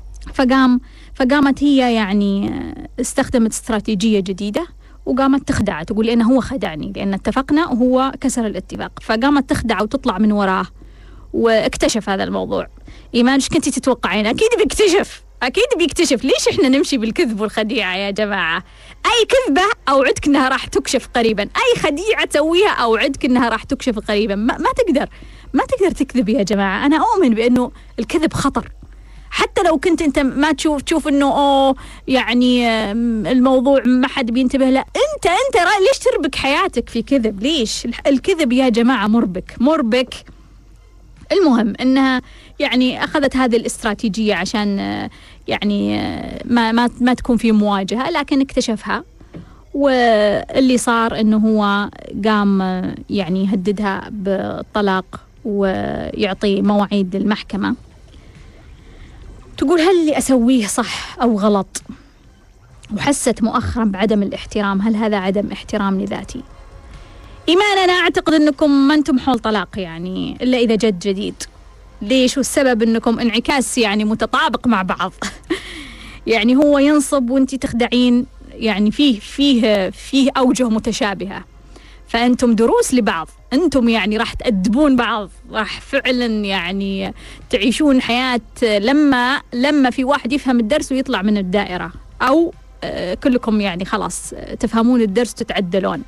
فقامت هي يعني استخدمت استراتيجية جديدة، وقامت تخدع، تقول لي أنه هو خدعني لأن اتفقنا وهو كسر الاتفاق. فقامت تخدع وتطلع من وراه، واكتشف هذا الموضوع. إيمان ايش كنتي تتوقعين؟ أكيد بيكتشف. ليش إحنا نمشي بالكذب والخديعة يا جماعة؟ أي كذبة أوعدك أنها راح تكشف قريبا، أي خديعة تسويها أوعدك أنها راح تكشف قريبا. ما تقدر تكذب يا جماعة. أنا أؤمن بأنه الكذب خطر، حتى لو كنت أنت ما تشوف أنه يعني الموضوع ما حد بينتبه له. أنت ليش تربك حياتك في كذب؟ ليش؟ الكذب يا جماعة مربك. المهم أنها يعني أخذت هذه الاستراتيجية عشان يعني ما تكون في مواجهة، لكن اكتشفها. واللي صار أنه هو قام يعني يهددها بالطلاق ويعطي مواعيد للمحكمة. تقول هل اللي أسويه صح أو غلط؟ وحست مؤخرا بعدم الاحترام. هل هذا عدم احترام لذاتي؟ إيمان أنا أعتقد أنكم ما أنتم حول طلاق يعني إلا إذا جديد. ليش؟ والسبب أنكم انعكاس يعني متطابق مع بعض. يعني هو ينصب وانت تخدعين، يعني فيه أوجه متشابهة. فأنتم دروس لبعض، أنتم يعني راح تأدبون بعض، راح فعلا يعني تعيشون حياة لما في واحد يفهم الدرس ويطلع من الدائرة، أو كلكم يعني خلاص تفهمون الدرس وتتعدلون.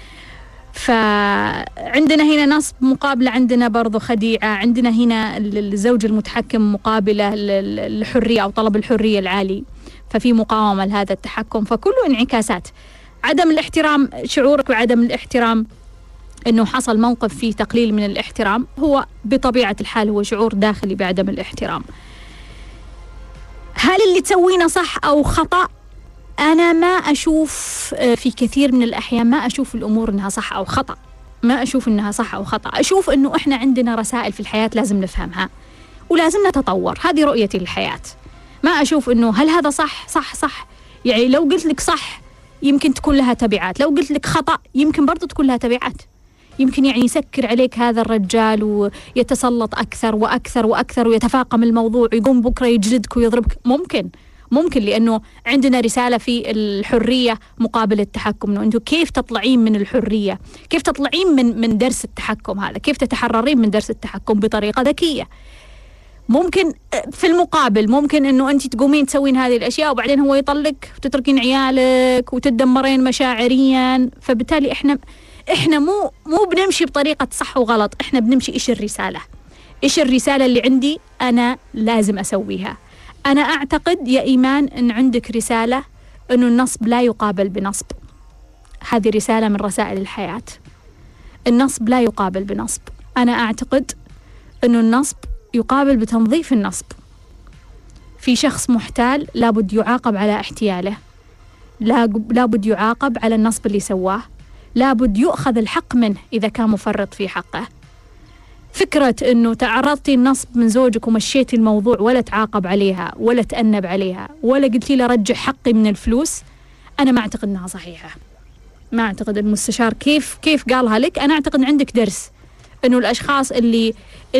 فعندنا هنا نصب مقابلة، عندنا برضو خديعة، عندنا هنا الزوج المتحكم مقابلة للحرية أو طلب الحرية العالي، ففي مقاومة لهذا التحكم. فكله انعكاسات. عدم الاحترام، شعورك بعدم الاحترام، أنه حصل موقف فيه تقليل من الاحترام، هو بطبيعة الحال هو شعور داخلي بعدم الاحترام. هل اللي تسوينه صح أو خطأ؟ أنا ما أشوف في كثير من الأحيان ما أشوف الأمور أنها صح أو خطأ، ما أشوف أنها صح أو خطأ. أشوف أنه إحنا عندنا رسائل في الحياة لازم نفهمها ولازم نتطور. هذه رؤيتي للحياة. ما أشوف أنه هل هذا صح. يعني لو قلت لك صح يمكن تكون لها تبعات، لو قلت لك خطأ يمكن برضو تكون لها تبعات. يمكن يعني يسكر عليك هذا الرجال ويتسلط أكثر وأكثر وأكثر ويتفاقم الموضوع، يقوم بكرة يجلدك ويضربك. ممكن لأنه عندنا رسالة في الحرية مقابل التحكم، إنه أنتم كيف تطلعين من الحرية، كيف تطلعين من درس التحكم هذا، كيف تتحررين من درس التحكم بطريقة ذكية. ممكن في المقابل ممكن إنه أنت تقومين تسوين هذه الأشياء وبعدين هو يطلق وتتركين عيالك وتدمرين مشاعريا. فبالتالي إحنا مو بنمشي بطريقة صح وغلط، إحنا بنمشي إيش الرسالة اللي عندي أنا لازم أسويها. أنا أعتقد يا إيمان أن عندك رسالة أنه النصب لا يقابل بنصب. هذه رسالة من رسائل الحياة. النصب لا يقابل بنصب. أنا أعتقد أنه النصب يقابل بتنظيف النصب. في شخص محتال لابد يعاقب على احتياله، لابد يعاقب على النصب اللي سواه، لابد يؤخذ الحق منه إذا كان مفرط في حقه. فكرة أنه تعرضتي النصب من زوجك ومشيتي الموضوع ولا تعاقب عليها ولا تأنب عليها ولا قلتي له رجع حقي من الفلوس، أنا ما أعتقد أنها صحيحة. ما أعتقد المستشار كيف قالها لك. أنا أعتقد عندك درس أنه الأشخاص اللي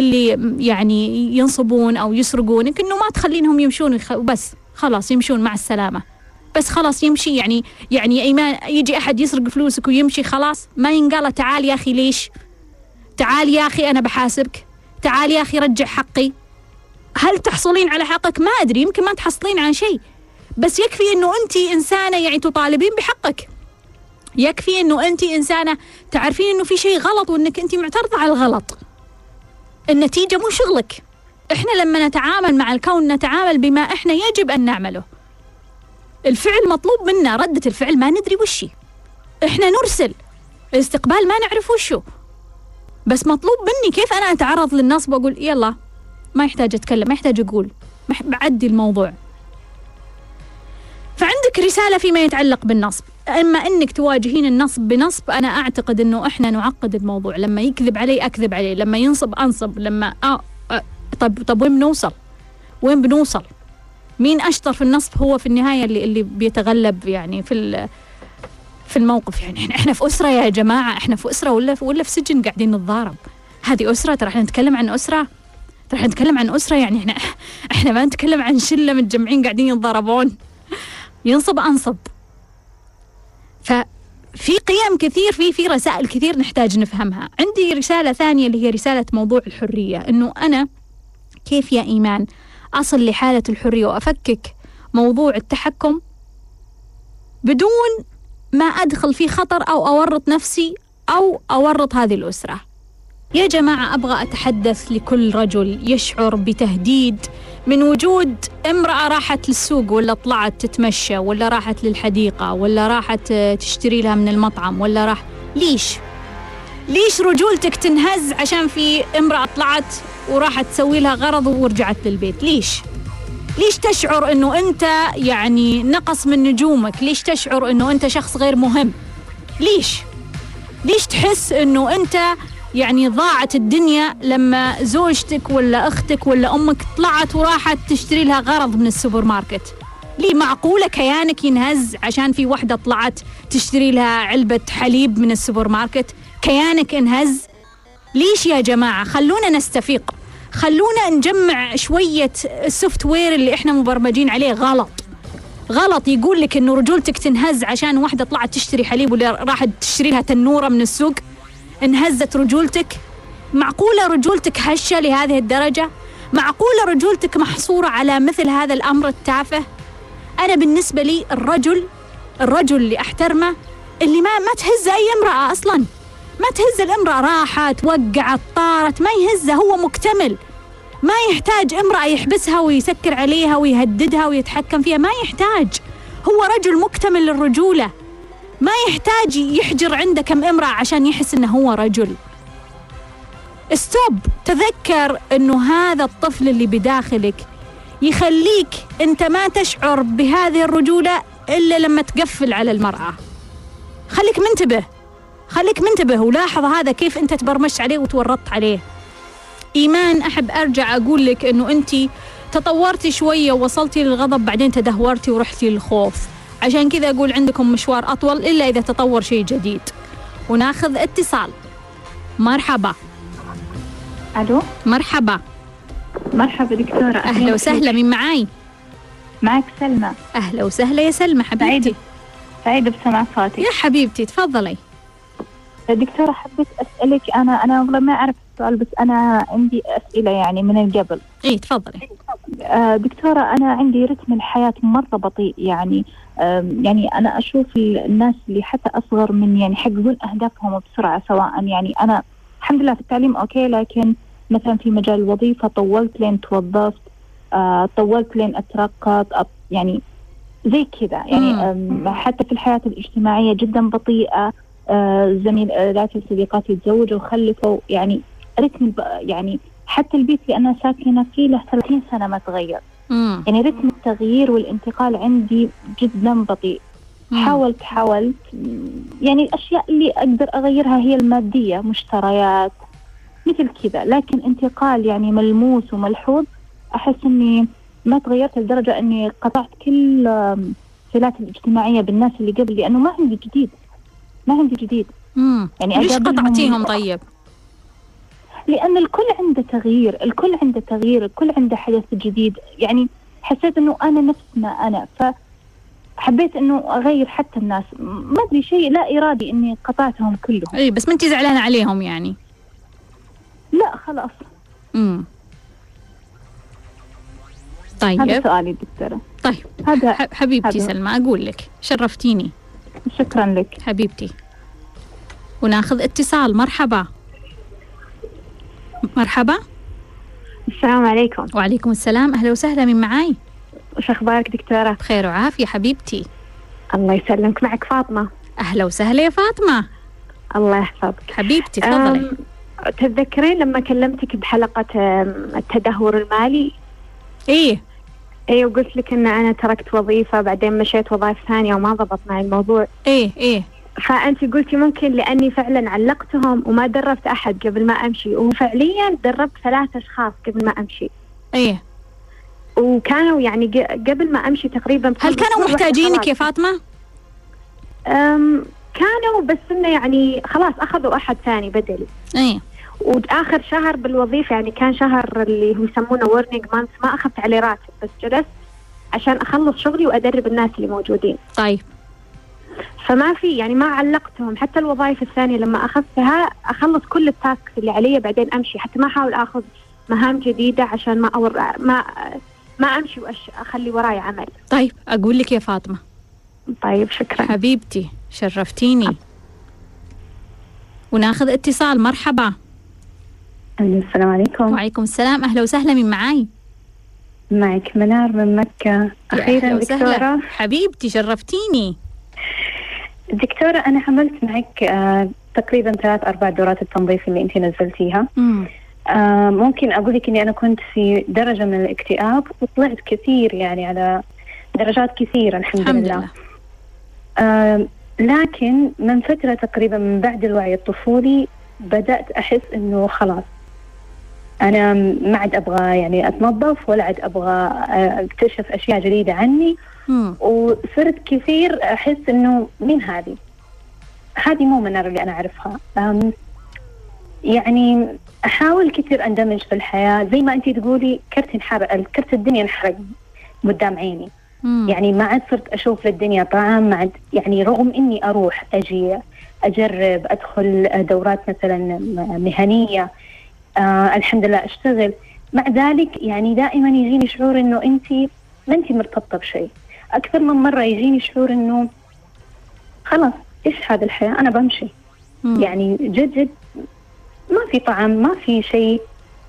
يعني ينصبون أو يسرقونك أنه ما تخلينهم يمشون بس خلاص يمشون مع السلامة، بس خلاص يمشي. يعني أيمان يجي أحد يسرق فلوسك ويمشي خلاص ما ينقال تعال يا أخي ليش، تعال يا أخي أنا بحاسبك، تعال يا أخي رجع حقي. هل تحصلين على حقك؟ ما أدري، يمكن ما تحصلين على شيء، بس يكفي أنه أنت إنسانة يعني تطالبين بحقك. يكفي أنه أنت إنسانة تعرفين أنه في شيء غلط وأنك أنت معترضة على الغلط. النتيجة مو شغلك. إحنا لما نتعامل مع الكون نتعامل بما إحنا يجب أن نعمله. الفعل مطلوب منا، ردة الفعل ما ندري وشي. إحنا نرسل الاستقبال ما نعرف وشو، بس مطلوب مني كيف أنا أتعرض للنصب وأقول يلا ما يحتاج أتكلم، ما يحتاج أقول، بعدي الموضوع. فعندك رسالة فيما يتعلق بالنصب. أما أنك تواجهين النصب بنصب، أنا أعتقد أنه إحنا نعقد الموضوع. لما يكذب علي أكذب عليه، لما ينصب أنصب، لما طب وين بنوصل؟ مين أشطر في النصب؟ هو في النهاية اللي بيتغلب يعني في الموقف. يعني إحنا في أسرة يا جماعة، إحنا في أسرة ولا في سجن قاعدين نتضارب. هذه أسرة، ترى إحنا نتكلم عن أسرة، يعني إحنا ما نتكلم عن شلة متجمعين قاعدين يتضاربون. ينصب أنصب. ففي قيم كثير، في رسائل كثير نحتاج نفهمها. عندي رسالة ثانية اللي هي رسالة موضوع الحرية، إنه أنا كيف يا إيمان أصل لحالة الحرية وأفكك موضوع التحكم بدون ما أدخل في خطر أو أورط نفسي أو أورط هذه الأسرة. يا جماعة أبغى أتحدث لكل رجل يشعر بتهديد من وجود امرأة راحت للسوق ولا طلعت تتمشى ولا راحت للحديقة ولا راحت تشتري لها من المطعم ولا ليش رجولتك تنهز عشان في امرأة طلعت وراحت تسوي لها غرض ورجعت للبيت؟ ليش تشعر انه انت يعني نقص من نجومك؟ ليش تشعر انه انت شخص غير مهم؟ ليش تحس انه انت يعني ضاعت الدنيا لما زوجتك ولا اختك ولا امك طلعت وراحت تشتري لها غرض من السوبر ماركت؟ ليه معقولة كيانك ينهز عشان في واحدة طلعت تشتري لها علبة حليب من السوبر ماركت؟ كيانك انهز؟ ليش يا جماعة؟ خلونا نستفيق، خلونا نجمع شوية السوفت وير اللي احنا مبرمجين عليه غلط. غلط يقول لك إنه رجولتك تنهز عشان واحدة طلعت تشتري حليب ولا راحت تشتري لها تنورة من السوق انهزت رجولتك؟ معقولة رجولتك هشة لهذه الدرجة؟ معقولة رجولتك محصورة على مثل هذا الأمر التافه؟ أنا بالنسبة لي الرجل اللي أحترمه اللي ما تهز أي امرأة أصلاً، ما تهز الامرأة، راحت وقعت طارت ما يهزها، هو مكتمل، ما يحتاج امرأة يحبسها ويسكر عليها ويهددها ويتحكم فيها، ما يحتاج، هو رجل مكتمل للرجولة، ما يحتاج يحجر عنده كم امرأة عشان يحس إنه هو رجل. استوب، تذكر إنه هذا الطفل اللي بداخلك يخليك أنت ما تشعر بهذه الرجولة إلا لما تقفل على المرأة. خليك منتبه ولاحظ هذا كيف أنت تبرمجت عليه وتورطت عليه. إيمان، أحب أرجع أقول لك إنه أنت تطورتي شوية ووصلتي للغضب بعدين تدهورتي ورحتي للخوف، عشان كذا أقول عندكم مشوار أطول إلا إذا تطور شيء جديد. وناخذ اتصال. مرحبا. ألو. مرحبا دكتورة. أهلا وسهلا، من معاي؟ معك سلمى. أهلا وسهلا يا سلمى حبيبتي. سعيدة بسمع صوتك يا حبيبتي، تفضلي. دكتورة، حبيت أسألك، أنا والله ما أعرف السؤال بس أنا عندي أسئلة يعني من قبل. إيه تفضلي. دكتورة، أنا عندي رتم الحياة مرة بطيء يعني أنا أشوف الناس اللي حتى أصغر مني يعني يحققون أهدافهم بسرعة، سواء يعني أنا الحمد لله في التعليم أوكي، لكن مثلا في مجال الوظيفة طولت لين توظفت، طولت لين أترقى يعني زي كذا يعني حتى في الحياة الاجتماعية جدا بطيئة. زميلاتي وصديقاتي تزوجوا وخلفوا، يعني رتم يعني حتى البيت اللي أنا ساكنة فيه له 30 سنة ما تغير. يعني رتم التغيير والانتقال عندي جدا بطيء. حاولت يعني الأشياء اللي أقدر أغيرها هي المادية، مشتريات مثل كذا، لكن انتقال يعني ملموس وملحوظ أحس إني ما تغيرت لدرجة إني قطعت كل صلاتي الاجتماعية بالناس اللي قبل، لأنه ما عندي جديد. يعني ليش قطعتيهم طيب؟ لأن الكل عنده تغيير، الكل عنده حدث جديد، يعني حسيت إنه أنا نفس ما أنا، فحبيت إنه أغير حتى الناس، ما أدري شيء لا إرادي إني قطعتهم كلهم. إيه بس ما أنتي زعلانة عليهم يعني؟ لا خلاص. طيب هذا سؤالي دكتورة. طيب حبيبتي سلمى، أقول لك شرفتيني. شكرا لك حبيبتي. وناخذ اتصال. مرحبا. السلام عليكم. وعليكم السلام، أهلا وسهلا، من معاي؟ وش أخبارك دكتورة؟ بخير وعافية حبيبتي. الله يسلمك، معك فاطمة. أهلا وسهلا يا فاطمة. الله يحفظك حبيبتي، تفضلي. تتذكرين لما كلمتك بحلقة التدهور المالي؟ إيه وقلت لك إن أنا تركت وظيفة بعدين مشيت وظائف ثانية وما ضبط معي الموضوع. إيه فأنت قلتي ممكن لأني فعلا علقتهم وما دربت أحد قبل ما أمشي، وفعليا دربت 3 أشخاص قبل ما أمشي. إيه وكانوا يعني قبل ما أمشي تقريبا. هل كانوا محتاجينك يا فاطمة؟ كانوا، بس إنه يعني خلاص أخذوا أحد ثاني بدلي. إيه. وآخر شهر بالوظيفة يعني كان شهر اللي هم يسمونه ورنينج مانث، ما أخذت عليه راتب، بس جلست عشان أخلص شغلي وأدرب الناس اللي موجودين. طيب. فما في يعني ما علقتهم، حتى الوظائف الثانية لما أخذتها أخلص كل التاسك اللي علي بعدين أمشي، حتى ما أحاول أخذ مهام جديدة عشان ما أمشي وأخلي وراي عمل. طيب أقول لك يا فاطمة. طيب شكرا حبيبتي، شرفتيني. وناخذ اتصال. مرحبا. السلام عليكم. وعليكم السلام، أهلا وسهلا، من معاي؟ معك منار من مكة. أخيرا دكتورة. حبيبتي شرفتيني. دكتورة، أنا حملت معك تقريبا 3-4 دورات التنظيف اللي أنت نزلتيها. ممكن أقول لك أني أنا كنت في درجة من الاكتئاب وطلعت كثير يعني على درجات كثيرة الحمد لله. لكن من فترة تقريبا من بعد الوعي الطفولي بدأت أحس إنه خلاص أنا ما عاد أبغى يعني أتنظف ولا عاد أبغى أكتشف أشياء جديدة عني. وصرت كثير أحس إنه مين هذه مو منار اللي أنا أعرفها. يعني أحاول كثير أندمج في الحياة زي ما أنتي تقولي، كرت الدنيا انحرق قدام عيني. يعني ما عاد صرت أشوف للدنيا طعم، ما عاد يعني رغم إني أروح أجي أجرب أدخل دورات مثلا مهنية، الحمد لله أشتغل، مع ذلك يعني دائما يجيني شعور إنه أنت ما أنت مرتبطة بشيء. أكثر من مرة يجيني شعور إنه خلاص إيش هذا الحياة، أنا بمشي. يعني جد ما في طعم، ما في شيء.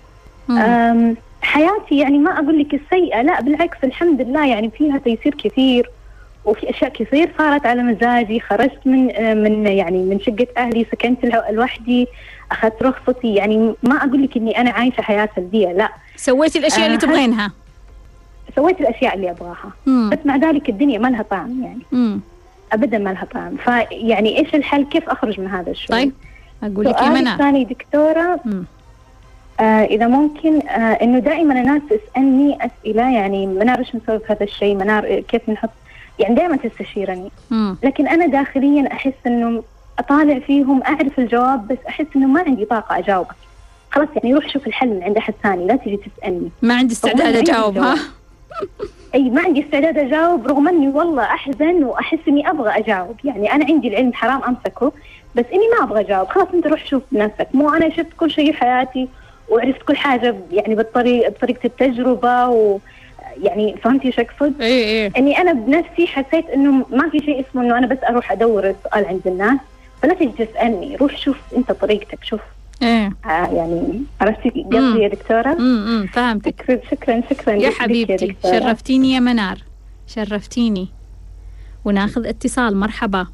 حياتي يعني ما أقول لك السيئة، لا بالعكس الحمد لله، يعني فيها تيسير كثير وفي أشياء كثير صارت على مزاجي. خرجت من شقة أهلي، سكنت لوحدي، أخذت رخصتي. يعني ما أقول لك إني أنا عايشة حياة سلبية، لا، سويتي الأشياء اللي تبغينها، سويت الأشياء اللي أبغاها. بس مع ذلك الدنيا ما لها طعم، يعني أبدا ما لها طعم. فيعني إيش الحل؟ كيف أخرج من هذا الشيء؟ طيب أقول لك يا منى ثاني دكتورة، إذا ممكن إنه دائما الناس تسألني أسئلة، يعني منار إيش نسوي في هذا الشيء، منار كيف نحط، يعني دائما تستشيرني. لكن أنا داخليا أحس إنه أطالع فيهم أعرف الجواب، بس أحس إنه ما عندي طاقة أجاوبك. خلاص يعني روح شوف الحل من عند أحد ثاني، لا تيجي تسألني. ما عندي استعداد أجاوب. ها أي ما عندي استعداد أجاوب، رغم أني والله أحزن وأحس إني أبغى أجاوب. يعني أنا عندي العلم حرام أمسكه، بس إني ما أبغى أجاوب. خلاص أنت روح شوف بنفسك. مو أنا شفت كل شيء في حياتي وعرفت كل حاجة يعني بطريقة التجربة، ويعني فهمتي ايش أقصد؟ إيه. إني أنا بنفسي حسيت إنه ما في شيء اسمه إنه أنا بس أروح أدور السؤال عند الناس، فلا تجي تسألني، روح شوف أنت طريقتك، شوف. يعني عرفتي قصدي يا دكتورة؟ فهمتك. شكرا يا حبيبتي، شرفتيني يا منار، شرفتيني. وناخذ اتصال. مرحبا.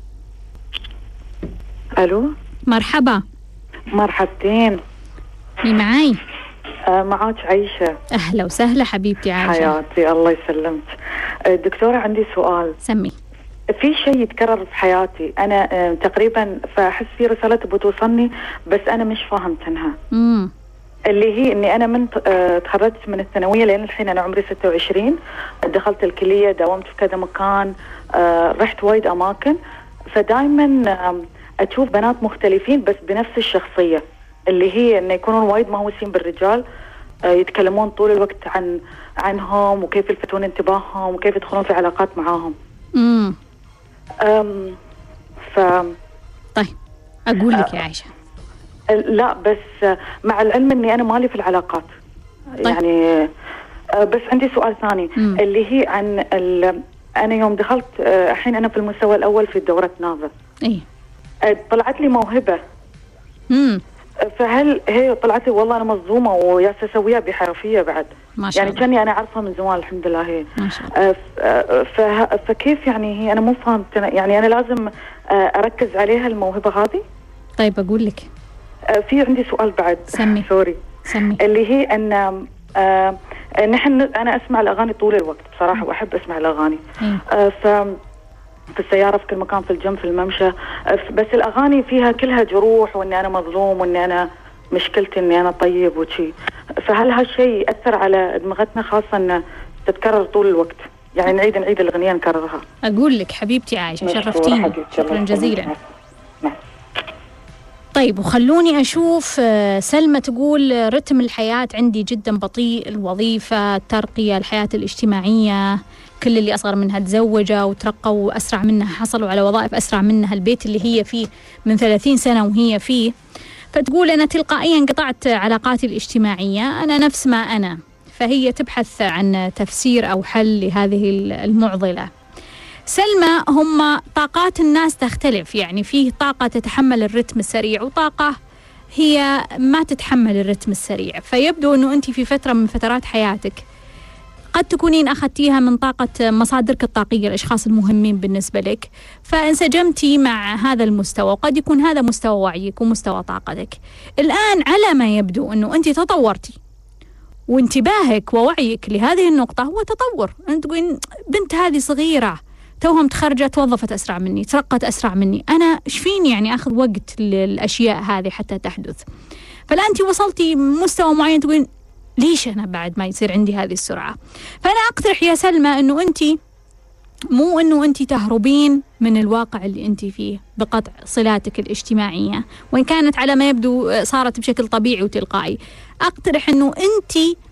ألو. مرحبا. مرحبتين. مين معاي؟ معاك عيشة. أهلا وسهلا حبيبتي عايشة. حياتي الله يسلمك. دكتورة عندي سؤال. سمي. في شيء يتكرر في حياتي أنا تقريبا، فأحس في رسالة بتوصلني بس أنا مش فاهمتها. اللي هي إني أنا من تخرجت من الثانوية لين الحين أنا عمري 26، دخلت الكلية، داومت في كذا مكان، رحت وايد أماكن، فدايما أشوف بنات مختلفين بس بنفس الشخصية، اللي هي إنه يكونون وايد مهووسين بالرجال، يتكلمون طول الوقت عنهم وكيف يلفتون انتباههم وكيف يدخلون في علاقات معاهم. طيب أقول لك يا عائشة. لا بس مع العلم إني أنا مالي في العلاقات. طيب. يعني بس عندي سؤال ثاني. اللي هي عن أنا يوم دخلت الحين أنا في المستوى الأول في دورة نافا. طلعت لي موهبة. فهل هي طلعت لي والله أنا مظلومة ويا أسويها بحرفية بعد، ما شاء يعني الله. كاني أنا عارفة من زمان الحمد لله هي ما شاء الله. فكيف يعني هي أنا مو فهمت، يعني أنا لازم أركز عليها الموهبة هذه؟ طيب أقول لك. في عندي سؤال بعد. سمي. سوري. سمي. اللي هي أن أنا أسمع الأغاني طول الوقت بصراحة، وأحب أسمع الأغاني. في السيارة، في كل مكان، في الجيم، في الممشى، بس الأغاني فيها كلها جروح وإني أنا مظلوم وإني أنا مشكلتي إني أنا طيب وشي. فهل هالشيء يأثر على دماغتنا، خاصة إنه تتكرر طول الوقت؟ يعني نعيد الأغنية نكررها. أقول لك حبيبتي عايشة، شرفتيني، شكرا جزيلا. طيب وخلوني أشوف. سلمى تقول رتم الحياة عندي جدا بطيء، الوظيفة، الترقية، الحياة الاجتماعية، كل اللي أصغر منها تزوجوا وترقوا أسرع منها، حصلوا على وظائف أسرع منها، البيت اللي هي فيه من 30 سنة وهي فيه. فتقول أنا تلقائيا قطعت علاقاتي الاجتماعية، أنا نفس ما أنا. فهي تبحث عن تفسير أو حل لهذه المعضلة. سلمى، هم طاقات الناس تختلف، يعني فيه طاقة تتحمل الرتم السريع وطاقة هي ما تتحمل الرتم السريع. فيبدو أنه أنت في فترة من فترات حياتك قد تكونين أخذتيها من طاقة مصادرك الطاقية، الأشخاص المهمين بالنسبة لك، فانسجمتي مع هذا المستوى، وقد يكون هذا مستوى وعيك ومستوى طاقتك. الآن على ما يبدو أنه أنت تطورتي، وانتباهك ووعيك لهذه النقطة هو تطور. أنت تقولين بنت هذه صغيرة توها متخرجة، توظفت أسرع مني، ترقت أسرع مني، أنا إيش فيني يعني أخذ وقت للأشياء هذه حتى تحدث. فلا أنت وصلتي مستوى معين تقولين ليش أنا بعد ما يصير عندي هذه السرعة. فأنا أقترح يا سلمى أنه أنت مو أنه أنت تهربين من الواقع اللي أنت فيه بقطع صلاتك الاجتماعية، وإن كانت على ما يبدو صارت بشكل طبيعي وتلقائي. أقترح أنه أنت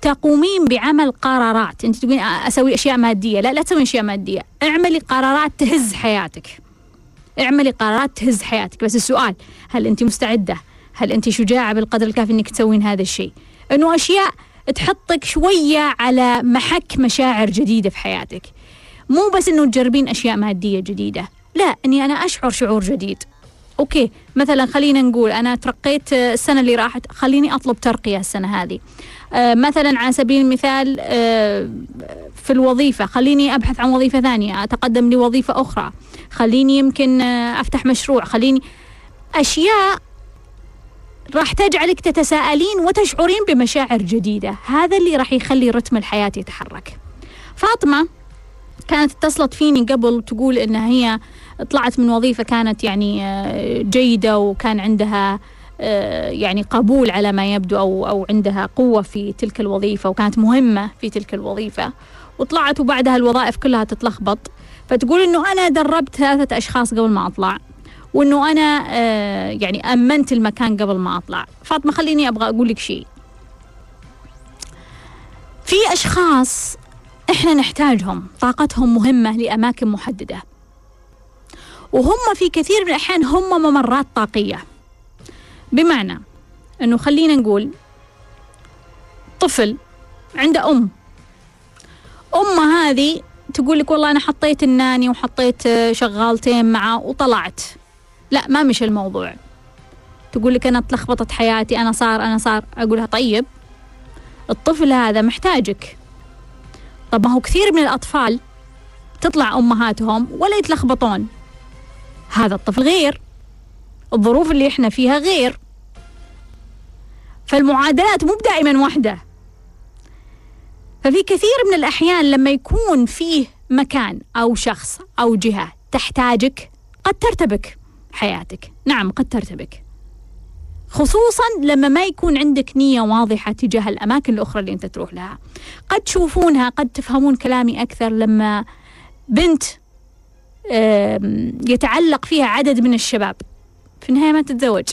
تقومين بعمل قرارات. أنت تقولين أسوي أشياء مادية، لا تسوي أشياء مادية، اعملي قرارات تهز حياتك، اعملي قرارات تهز حياتك. بس السؤال، هل أنت مستعدة؟ هل أنت شجاعة بالقدر الكافي أنك تسوين هذا الشيء؟ أنه أشياء تحطك شوية على محك مشاعر جديدة في حياتك، مو بس أنه تجربين أشياء مادية جديدة، لا، أني أنا أشعر شعور جديد. أوكي، مثلا خلينا نقول أنا ترقيت السنة اللي راحت، خليني أطلب ترقية السنة هذه. مثلا على سبيل المثال في الوظيفة، خليني أبحث عن وظيفة ثانية، أتقدم لوظيفة أخرى، خليني يمكن أفتح مشروع، خليني أشياء راح تجعلك تتساءلين وتشعرين بمشاعر جديدة. هذا اللي راح يخلي رتم الحياة يتحرك. فاطمة كانت اتصلت فيني قبل تقول إنها هي طلعت من وظيفة كانت يعني جيدة، وكان عندها يعني قبول على ما يبدو، أو عندها قوة في تلك الوظيفة، وكانت مهمة في تلك الوظيفة، وطلعت وبعدها الوظائف كلها تتلخبط. فتقول إنه أنا دربت 3 أشخاص قبل ما أطلع، وإنه أنا يعني أمنت المكان قبل ما أطلع. فاطمة خليني أبغى أقول لك شيء، في أشخاص إحنا نحتاجهم، طاقتهم مهمة لأماكن محددة، وهم في كثير من الأحيان هم ممرات طاقية. بمعنى أنه خلينا نقول طفل عنده أم هذه تقول لك والله أنا حطيت الناني وحطيت شغالتين معه وطلعت، لا ما مش الموضوع. تقول لك أنا اتلخبطت حياتي، أنا صار. أقولها طيب الطفل هذا محتاجك. طب ما هو كثير من الأطفال تطلع أمهاتهم ولا يتلخبطون، هذا الطفل غير، الظروف اللي احنا فيها غير، فالمعادلات مو دائما واحدة. ففي كثير من الأحيان لما يكون فيه مكان أو شخص أو جهة تحتاجك، قد ترتبك حياتك. نعم قد ترتبك، خصوصا لما ما يكون عندك نية واضحة تجاه الأماكن الأخرى اللي أنت تروح لها. قد تشوفونها، قد تفهمون كلامي أكثر لما بنت يتعلق فيها عدد من الشباب، في النهاية ما تتزوج.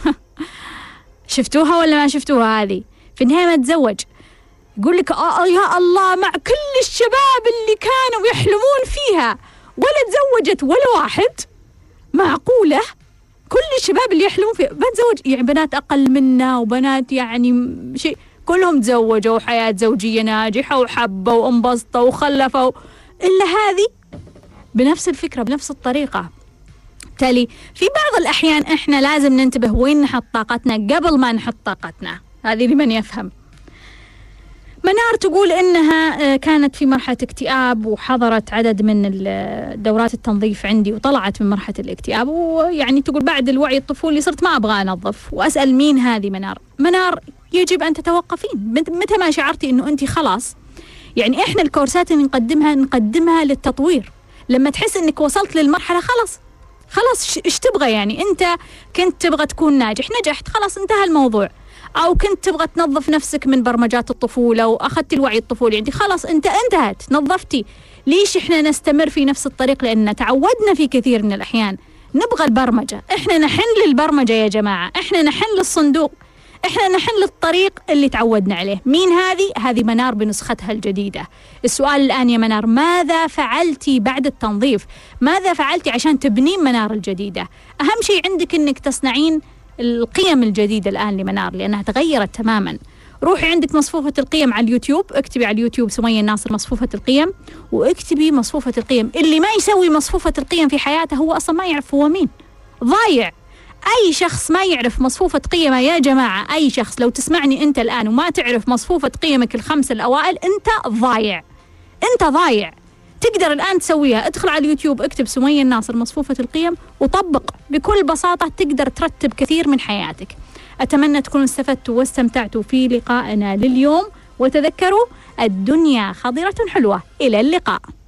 شفتوها ولا ما شفتوها؟ هذه في النهاية ما تتزوج. يقول لك يا الله، مع كل الشباب اللي كانوا يحلمون فيها ولا تزوجت ولا واحد. معقولة؟ كل الشباب اللي يحلمون فيها ما تزوج؟ يعني بنات أقل منا وبنات يعني شيء كلهم تزوجوا وحياة زوجية ناجحة وحبوا وانبسطوا وخلفوا، إلا هذه بنفس الفكرة بنفس الطريقة. بالتالي في بعض الأحيان إحنا لازم ننتبه وين نحط طاقتنا قبل ما نحط طاقتنا. هذه لمن يفهم. منار تقول إنها كانت في مرحلة اكتئاب وحضرت عدد من دورات التنظيف عندي وطلعت من مرحلة الاكتئاب، ويعني تقول بعد الوعي الطفولي صرت ما أبغى أنظف. وأسأل مين هذه منار؟ يجب أن تتوقفين متى ما شعرتي إنه أنت خلاص. يعني إحنا الكورسات اللي نقدمها للتطوير. لما تحس إنك وصلت للمرحلة خلاص إيش تبغى؟ يعني أنت كنت تبغى تكون ناجح، نجحت، خلاص انتهى الموضوع. أو كنت تبغى تنظف نفسك من برمجات الطفولة وأخذت الوعي الطفولي عندي، خلاص انتهت، نظفتي. ليش إحنا نستمر في نفس الطريق؟ لأن تعودنا في كثير من الأحيان نبغى البرمجة. إحنا نحن للبرمجة يا جماعة، إحنا نحن للصندوق، إحنا نحن للطريق اللي تعودنا عليه. مين هذه منار بنسختها الجديدة. السؤال الآن يا منار، ماذا فعلتي بعد التنظيف؟ ماذا فعلتي عشان تبنين منار الجديدة؟ أهم شيء عندك إنك تصنعين القيم الجديدة الآن لمنار، لأنها تغيرت تماما. روحي عندك مصفوفة القيم على اليوتيوب، اكتبي على اليوتيوب سمية الناصر مصفوفة القيم، واكتبي مصفوفة القيم. اللي ما يسوي مصفوفة القيم في حياته هو أصلا ما يعرف هو مين، ضايع. أي شخص ما يعرف مصفوفة قيمه يا جماعة، أي شخص لو تسمعني أنت الآن وما تعرف مصفوفة قيمك ال5 الأوائل، أنت ضايع. تقدر الآن تسويها. ادخل على اليوتيوب، اكتب سمية الناصر مصفوفة القيم وطبق. بكل بساطة تقدر ترتب كثير من حياتك. أتمنى تكونوا استفدتوا واستمتعتوا في لقائنا لليوم، وتذكروا الدنيا خضرة حلوة. إلى اللقاء.